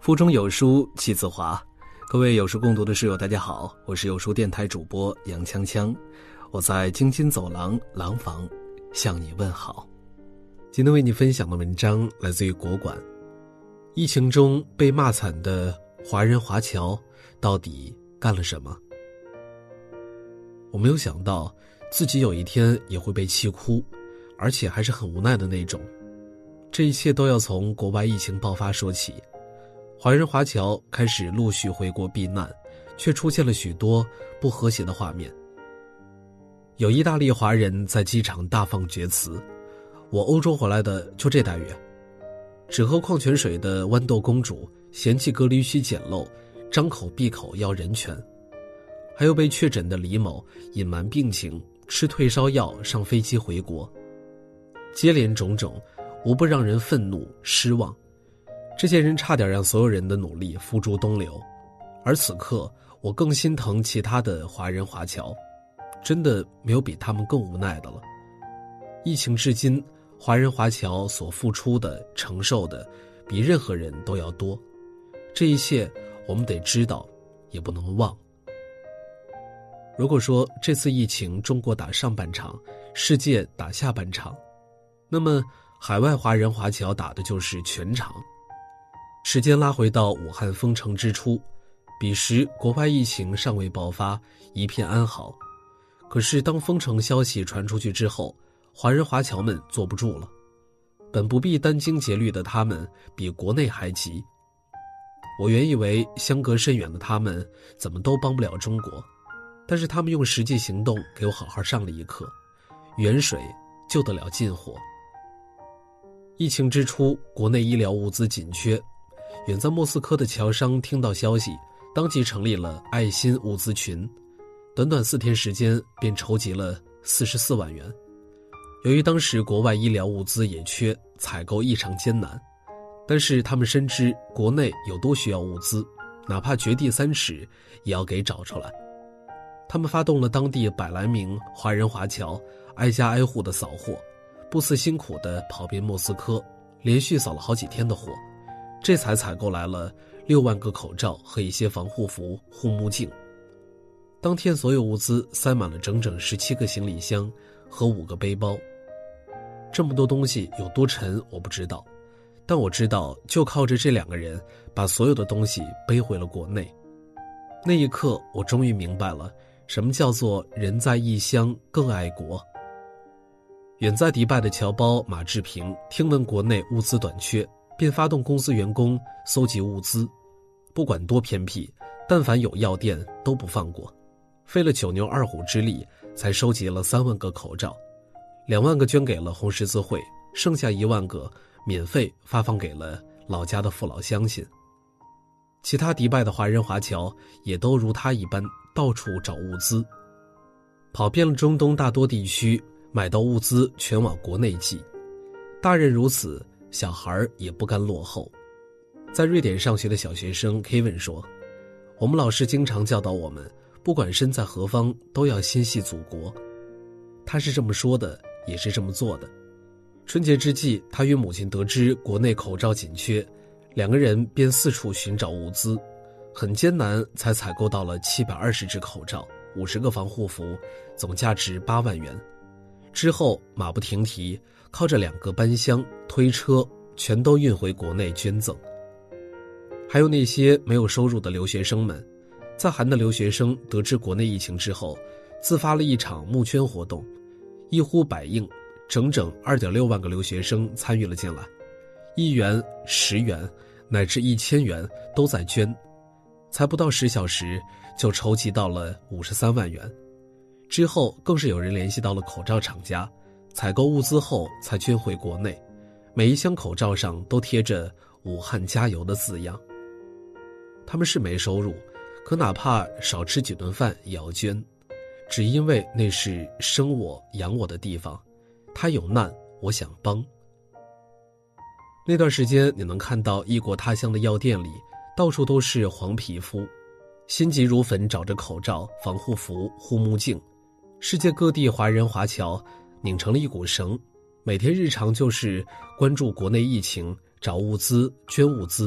腹中有书气自华。各位有书共读的室友大家好，我是有书电台主播杨锵锵，我在京津走廊廊坊向你问好。今天为你分享的文章来自于国馆。疫情中被骂惨的华人华侨到底干了什么？我没有想到自己有一天也会被气哭，而且还是很无奈的那种。这一切都要从国外疫情爆发说起。华人华侨开始陆续回国避难，却出现了许多不和谐的画面。有意大利华人在机场大放厥词，我欧洲回来的就这待遇。只喝矿泉水的豌豆公主嫌弃隔离区简陋，张口闭口要人权。还有被确诊的李某隐瞒病情，吃退烧药上飞机回国。接连种种，无不让人愤怒失望。这些人差点让所有人的努力付诸东流，而此刻我更心疼其他的华人华侨，真的没有比他们更无奈的了。疫情至今，华人华侨所付出的承受的比任何人都要多，这一切我们得知道，也不能忘。如果说这次疫情中国打上半场，世界打下半场，那么海外华人华侨打的就是全场。时间拉回到武汉封城之初，彼时国外疫情尚未爆发，一片安好。可是当封城消息传出去之后，华人华侨们坐不住了。本不必殚精竭虑的他们比国内还急。我原以为相隔甚远的他们怎么都帮不了中国，但是他们用实际行动给我好好上了一课，远水救得了近火。疫情之初，国内医疗物资紧缺，远在莫斯科的侨商听到消息，当即成立了爱心物资群，短短4天时间便筹集了44万元。由于当时国外医疗物资也缺，采购异常艰难，但是他们深知国内有多需要物资，哪怕掘地3尺也要给找出来。他们发动了当地100来名华人华侨挨家挨户的扫货，不辞辛苦地跑遍莫斯科，连续扫了好几天的货，这才采购来了6万个口罩和一些防护服、护目镜。当天所有物资塞满了整整17个行李箱和5个背包。这么多东西有多沉我不知道，但我知道就靠着这2个人把所有的东西背回了国内。那一刻我终于明白了什么叫做人在异乡更爱国。远在迪拜的侨胞马志平听闻国内物资短缺，便发动公司员工搜集物资，不管多偏僻，但凡有药店都不放过，费了9牛2虎之力才收集了3万个口罩，2万个捐给了红十字会，剩下1万个免费发放给了老家的父老乡亲。其他迪拜的华人华侨也都如他一般到处找物资，跑遍了中东大多地区，买到物资全往国内寄。大人如此，小孩也不甘落后。在瑞典上学的小学生 Kevin 说，我们老师经常教导我们，不管身在何方都要心系祖国。他是这么说的，也是这么做的。春节之际，他与母亲得知国内口罩紧缺，2个人便四处寻找物资，很艰难才采购到了720只口罩、50个防护服，总价值8万元。之后马不停蹄，靠着2个搬箱、推车，全都运回国内捐赠。还有那些没有收入的留学生们，在韩的留学生得知国内疫情之后，自发了一场募捐活动，一呼百应，整整2.6万个留学生参与了进来，1元、10元乃至1000元都在捐，才不到10小时就筹集到了53万元。之后更是有人联系到了口罩厂家，采购物资后才捐回国内，每一箱口罩上都贴着武汉加油的字样。他们是没收入，可哪怕少吃几顿饭也要捐，只因为那是生我养我的地方，他有难我想帮。那段时间你能看到异国他乡的药店里到处都是黄皮肤，心急如焚找着口罩、防护服、护目镜。世界各地华人华侨拧成了一股绳，每天日常就是关注国内疫情，找物资、捐物资，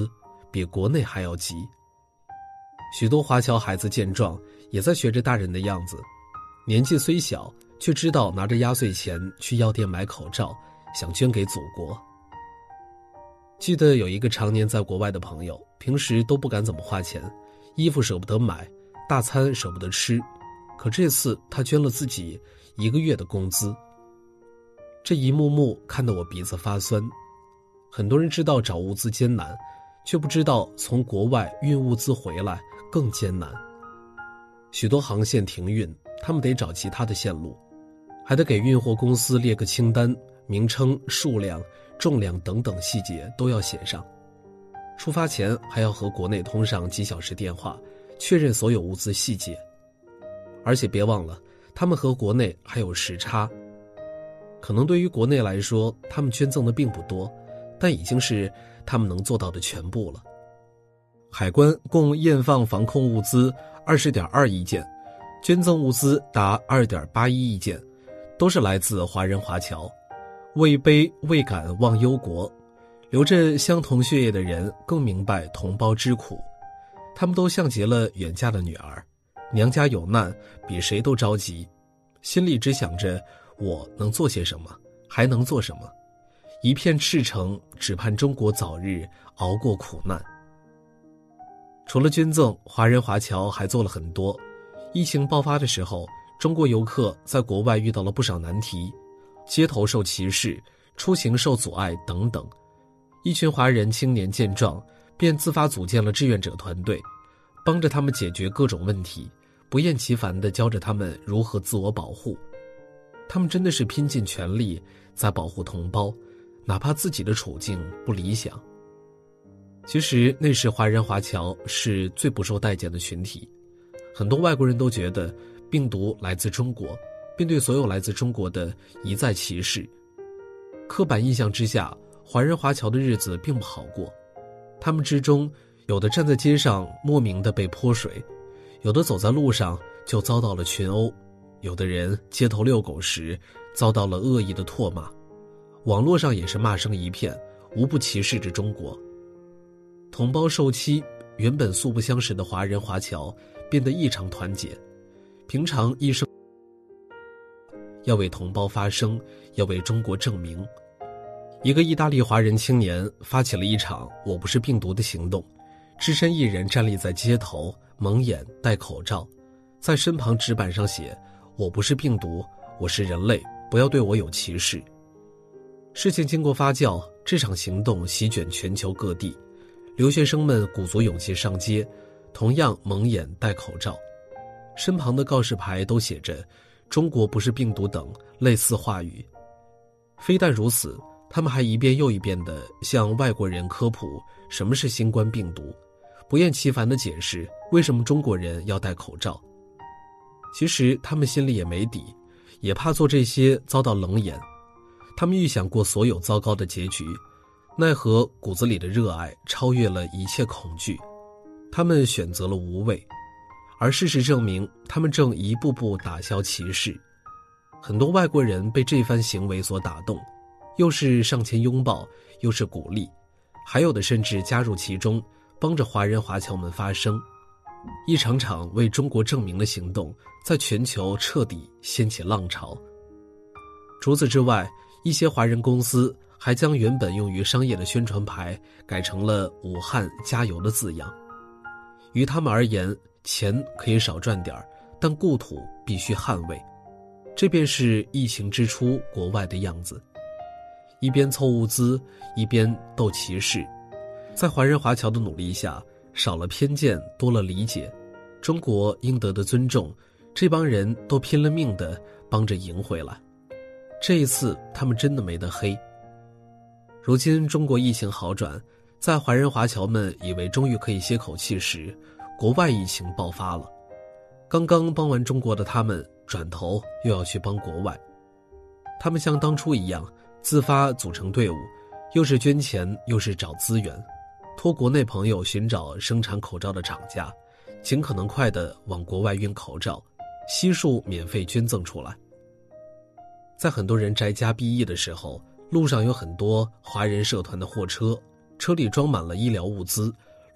比国内还要急。许多华侨孩子见状，也在学着大人的样子，年纪虽小，却知道拿着压岁钱去药店买口罩，想捐给祖国。记得有一个常年在国外的朋友，平时都不敢怎么花钱，衣服舍不得买，大餐舍不得吃，可这次他捐了自己1个月的工资。这一幕幕看得我鼻子发酸。很多人知道找物资艰难，却不知道从国外运物资回来更艰难。许多航线停运，他们得找其他的线路，还得给运货公司列个清单，名称、数量、重量等等细节都要写上。出发前还要和国内通上几小时电话，确认所有物资细节。而且别忘了，他们和国内还有时差。可能对于国内来说，他们捐赠的并不多，但已经是他们能做到的全部了。海关共验放防控物资20.2亿件，捐赠物资达2.81亿件，都是来自华人华侨。位卑未敢忘忧国，流着相同血液的人更明白同胞之苦。他们都像极了远嫁的女儿，娘家有难，比谁都着急，心里只想着我能做些什么，还能做什么，一片赤诚，只盼中国早日熬过苦难。除了捐赠，华人华侨还做了很多。疫情爆发的时候，中国游客在国外遇到了不少难题，街头受歧视，出行受阻碍等等。一群华人青年见状，便自发组建了志愿者团队，帮着他们解决各种问题，不厌其烦地教着他们如何自我保护。他们真的是拼尽全力在保护同胞，哪怕自己的处境不理想。其实那时华人华侨是最不受待见的群体，很多外国人都觉得病毒来自中国，并对所有来自中国的一再歧视。刻板印象之下，华人华侨的日子并不好过。他们之中，有的站在街上莫名的被泼水，有的走在路上就遭到了群殴，有的人街头遛狗时遭到了恶意的唾骂，网络上也是骂声一片，无不歧视着中国。同胞受欺，原本素不相识的华人华侨变得异常团结，平常一生要为同胞发声，要为中国证明。一个意大利华人青年发起了一场我不是病毒的行动，只身一人站立在街头，蒙眼戴口罩，在身旁纸板上写我不是病毒，我是人类，不要对我有歧视。事情经过发酵，这场行动席卷全球各地，留学生们鼓足勇气上街，同样蒙眼戴口罩，身旁的告示牌都写着中国不是病毒等类似话语。非但如此，他们还一遍又一遍地向外国人科普什么是新冠病毒，不厌其烦地解释为什么中国人要戴口罩。其实他们心里也没底，也怕做这些遭到冷眼。他们预想过所有糟糕的结局，奈何骨子里的热爱超越了一切恐惧，他们选择了无畏。而事实证明，他们正一步步打消歧视。很多外国人被这番行为所打动，又是上前拥抱，又是鼓励，还有的甚至加入其中，帮着华人华侨们发声。一场场为中国证明的行动，在全球彻底掀起浪潮。除此之外，一些华人公司还将原本用于商业的宣传牌改成了“武汉加油”的字样。于他们而言，钱可以少赚点，但故土必须捍卫。这便是疫情之初国外的样子，一边凑物资，一边斗歧视。在华人华侨的努力下，少了偏见，多了理解，中国应得的尊重，这帮人都拼了命地帮着赢回来。这一次他们真的没得黑。如今中国疫情好转，在华人华侨们以为终于可以歇口气时，国外疫情爆发了。刚刚帮完中国的他们，转头又要去帮国外。他们像当初一样，自发组成队伍，又是捐钱，又是找资源，托国内朋友寻找生产口罩的厂家，尽可能快地往国外运口罩，悉数免费捐赠出来。在很多人宅家避疫的时候，路上有很多华人社团的货车，车里装满了医疗物资，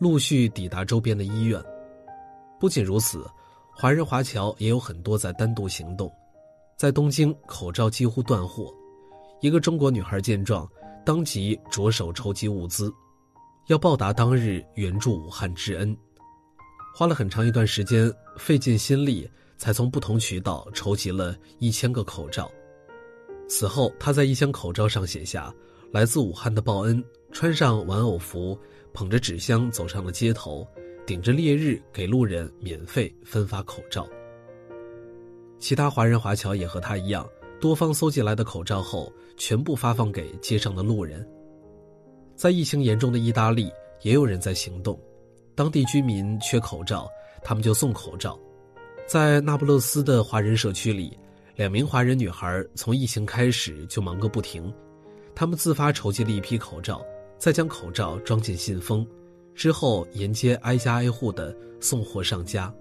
陆续抵达周边的医院。不仅如此，华人华侨也有很多在单独行动。在东京，口罩几乎断货，一个中国女孩见状，当即着手筹集物资，要报答当日援助武汉之恩。花了很长一段时间，费尽心力，才从不同渠道筹集了1000个口罩。此后，他在一箱口罩上写下来自武汉的报恩，穿上玩偶服，捧着纸箱走上了街头，顶着烈日给路人免费分发口罩。其他华人华侨也和他一样，多方搜集来的口罩后全部发放给街上的路人。在疫情严重的意大利，也有人在行动，当地居民缺口罩，他们就送口罩。在那不勒斯的华人社区里，2名华人女孩从疫情开始就忙个不停，她们自发筹集了一批口罩，再将口罩装进信封，之后沿街挨家挨户地送货上家。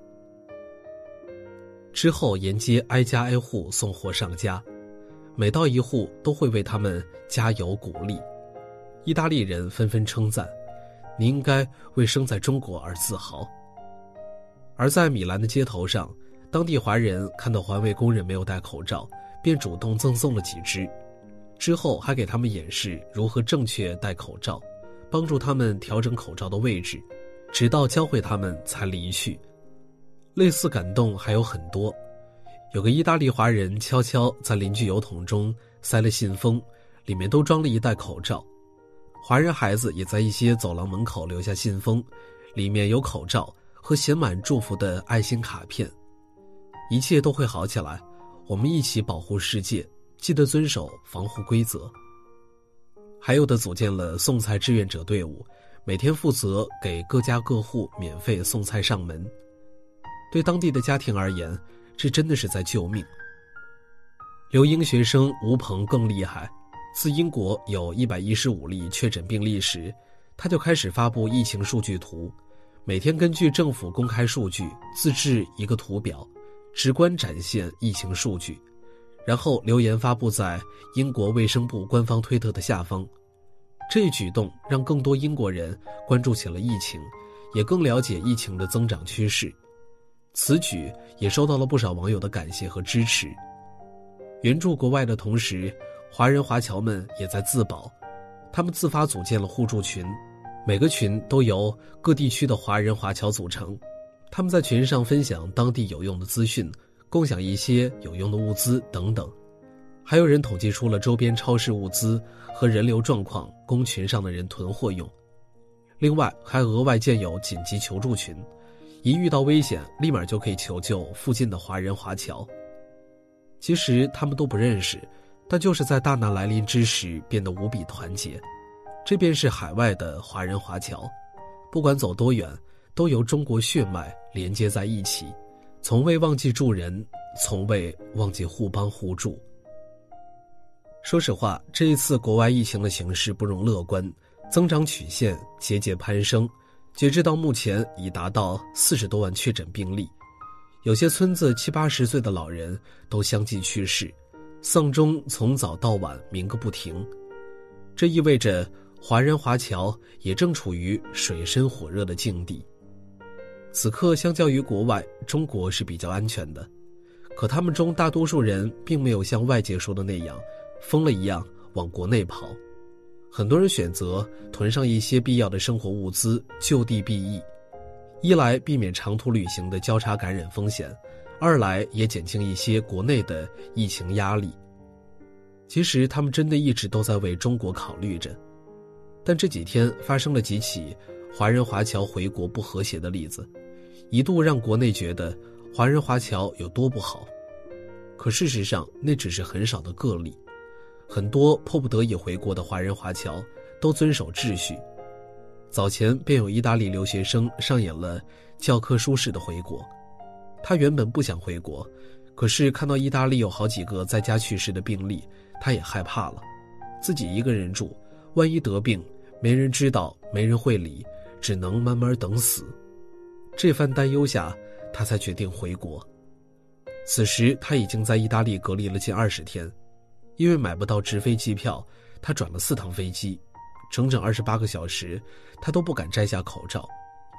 每到一户都会为他们加油鼓励。意大利人纷纷称赞，你应该为生在中国而自豪。而在米兰的街头上，当地华人看到环卫工人没有戴口罩，便主动赠送了几只，之后还给他们演示如何正确戴口罩，帮助他们调整口罩的位置，直到教会他们才离去。类似感动还有很多。有个意大利华人悄悄在邻居邮筒中塞了信封，里面都装了一袋口罩。华人孩子也在一些走廊门口留下信封，里面有口罩和写满祝福的爱心卡片。一切都会好起来，我们一起保护世界，记得遵守防护规则。还有的组建了送菜志愿者队伍，每天负责给各家各户免费送菜上门。对当地的家庭而言，这真的是在救命。留英学生吴鹏更厉害，自英国有115例确诊病例时，他就开始发布疫情数据图，每天根据政府公开数据自制一个图表，直观展现疫情数据，然后留言发布在英国卫生部官方推特的下方。这一举动让更多英国人关注起了疫情，也更了解疫情的增长趋势。此举也收到了不少网友的感谢和支持。援助国外的同时，华人华侨们也在自保，他们自发组建了互助群，每个群都由各地区的华人华侨组成，他们在群上分享当地有用的资讯，共享一些有用的物资等等。还有人统计出了周边超市物资和人流状况，供群上的人囤货用。另外还额外建有紧急求助群，一遇到危险立马就可以求救附近的华人华侨。其实他们都不认识，但就是在大难来临之时变得无比团结。这便是海外的华人华侨，不管走多远，都由中国血脉连接在一起，从未忘记助人，从未忘记互帮互助。说实话，这一次国外疫情的形势不容乐观，增长曲线节节攀升，截至到目前已达到40多万确诊病例，有些村子70、80岁的老人都相继去世，丧钟从早到晚鸣个不停。这意味着华人华侨也正处于水深火热的境地。此刻相较于国外，中国是比较安全的，可他们中大多数人并没有像外界说的那样疯了一样往国内跑，很多人选择囤上一些必要的生活物资，就地避疫，一来避免长途旅行的交叉感染风险，二来也减轻一些国内的疫情压力。其实他们真的一直都在为中国考虑着，但这几天发生了几起华人华侨回国不和谐的例子，一度让国内觉得华人华侨有多不好。可事实上那只是很少的个例，很多迫不得已回国的华人华侨都遵守秩序。早前便有意大利留学生上演了教科书式的回国，他原本不想回国，可是看到意大利有好几个在家去世的病例，他也害怕了，自己一个人住，万一得病没人知道，没人会理，只能慢慢等死。这番担忧下，他才决定回国。此时他已经在意大利隔离了近20天，因为买不到直飞机票，他转了4趟飞机，整整28个小时他都不敢摘下口罩，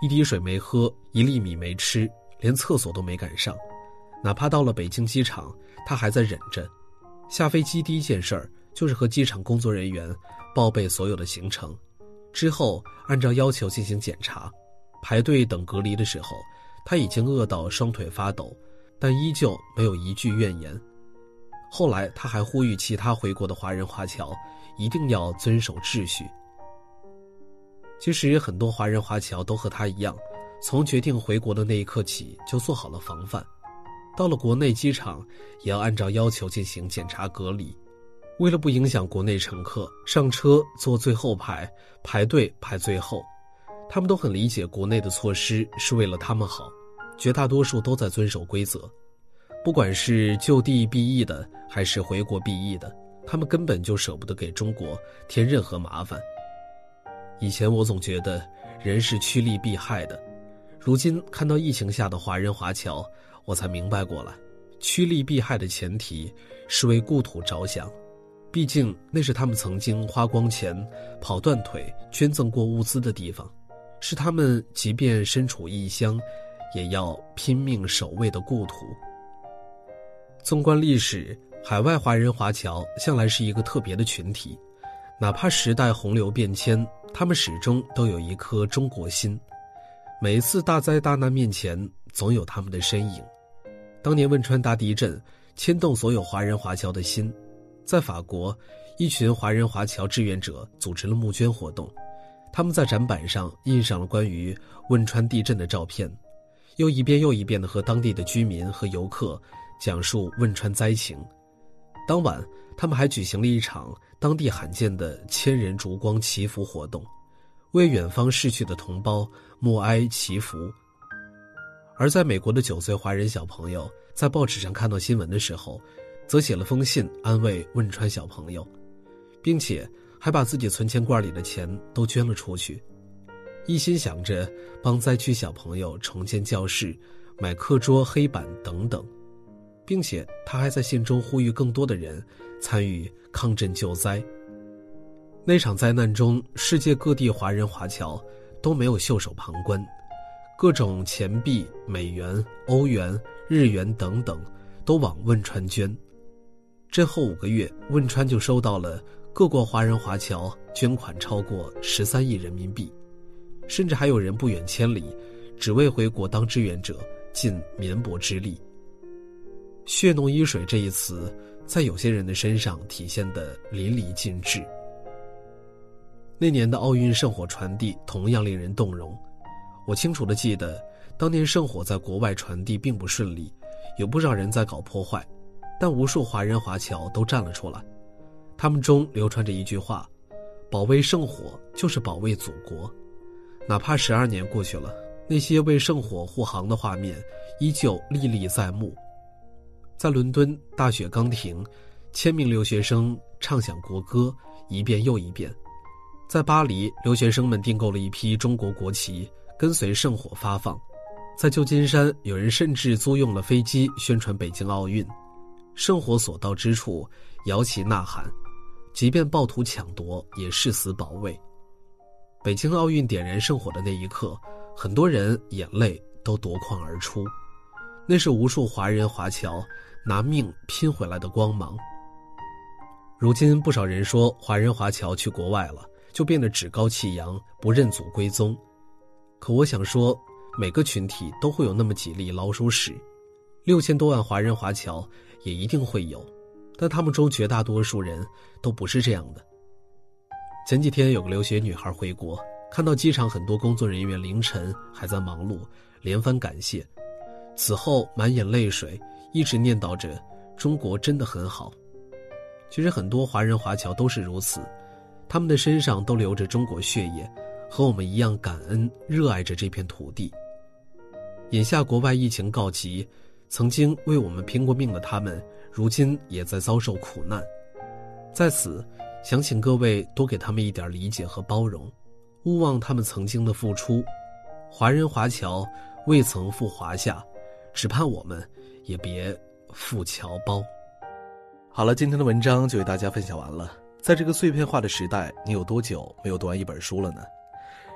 一滴水没喝，一粒米没吃，连厕所都没赶上。哪怕到了北京机场，他还在忍着。下飞机第一件事儿就是和机场工作人员报备所有的行程，之后按照要求进行检查。排队等隔离的时候，他已经饿到双腿发抖，但依旧没有一句怨言。后来他还呼吁其他回国的华人华侨一定要遵守秩序。其实很多华人华侨都和他一样，从决定回国的那一刻起就做好了防范，到了国内机场也要按照要求进行检查隔离。为了不影响国内乘客，上车坐最后排，排队排最后。他们都很理解国内的措施是为了他们好，绝大多数都在遵守规则。不管是就地避疫的还是回国避疫的，他们根本就舍不得给中国添任何麻烦。以前我总觉得人是趋利避害的，如今看到疫情下的华人华侨，我才明白过来，趋利避害的前提是为故土着想。毕竟那是他们曾经花光钱、跑断腿、捐赠过物资的地方，是他们即便身处异乡也要拼命守卫的故土。纵观历史，海外华人华侨向来是一个特别的群体，哪怕时代洪流变迁，他们始终都有一颗中国心。每一次大灾大难面前，总有他们的身影。当年汶川大地震牵动所有华人华侨的心，在法国，一群华人华侨志愿者组织了募捐活动，他们在展板上印上了关于汶川地震的照片，又一遍又一遍地和当地的居民和游客讲述汶川灾情。当晚，他们还举行了一场当地罕见的千人烛光祈福活动，为远方逝去的同胞默哀祈福。而在美国的9岁华人小朋友在报纸上看到新闻的时候，则写了封信安慰汶川小朋友，并且还把自己存钱罐里的钱都捐了出去，一心想着帮灾区小朋友重建教室、买课桌、黑板等等，并且他还在信中呼吁更多的人参与抗震救灾。那场灾难中，世界各地华人华侨都没有袖手旁观，各种钱币、美元、欧元、日元等等都往汶川捐。震后5个月，汶川就收到了各国华人华侨捐款超过13亿人民币，甚至还有人不远千里，只为回国当志愿者尽绵薄之力。血浓于水这一词，在有些人的身上体现得淋漓尽致。那年的奥运圣火传递同样令人动容。我清楚地记得，当年圣火在国外传递并不顺利，有不少人在搞破坏，但无数华人华侨都站了出来。他们中流传着一句话：保卫圣火就是保卫祖国。哪怕12年过去了，那些为圣火护航的画面依旧历历在目。在伦敦，大雪刚停，千名留学生唱响国歌，一遍又一遍。在巴黎，留学生们订购了一批中国国旗，跟随圣火发放。在旧金山，有人甚至租用了飞机宣传北京奥运。圣火所到之处，摇旗呐喊，即便暴徒抢夺，也誓死保卫。北京奥运点燃圣火的那一刻，很多人眼泪都夺眶而出，那是无数华人华侨拿命拼回来的光芒。如今不少人说华人华侨去国外了，就变得趾高气扬，不认祖归宗。可我想说，每个群体都会有那么几粒老鼠屎，6000多万华人华侨也一定会有，但他们中绝大多数人都不是这样的。前几天有个留学女孩回国，看到机场很多工作人员凌晨还在忙碌，连番感谢。此后满眼泪水，一直念叨着中国真的很好。其实很多华人华侨都是如此，他们的身上都流着中国血液，和我们一样感恩热爱着这片土地。眼下国外疫情告急，曾经为我们拼过命的他们，如今也在遭受苦难。在此想请各位多给他们一点理解和包容，勿忘他们曾经的付出。华人华侨未曾赴华夏，只盼我们也别赴侨胞。好了，今天的文章就为大家分享完了。在这个碎片化的时代，你有多久没有读完一本书了呢？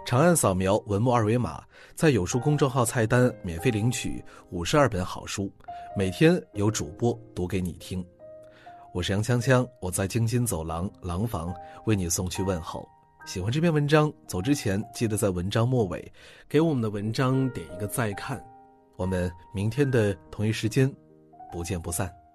长按扫描文末二维码，在有书公众号菜单免费领取52本好书，每天有主播读给你听。我是杨锵锵，我在京津走廊廊坊为你送去问候。喜欢这篇文章，走之前记得在文章末尾给我们的文章点一个再看。我们明天的同一时间不见不散。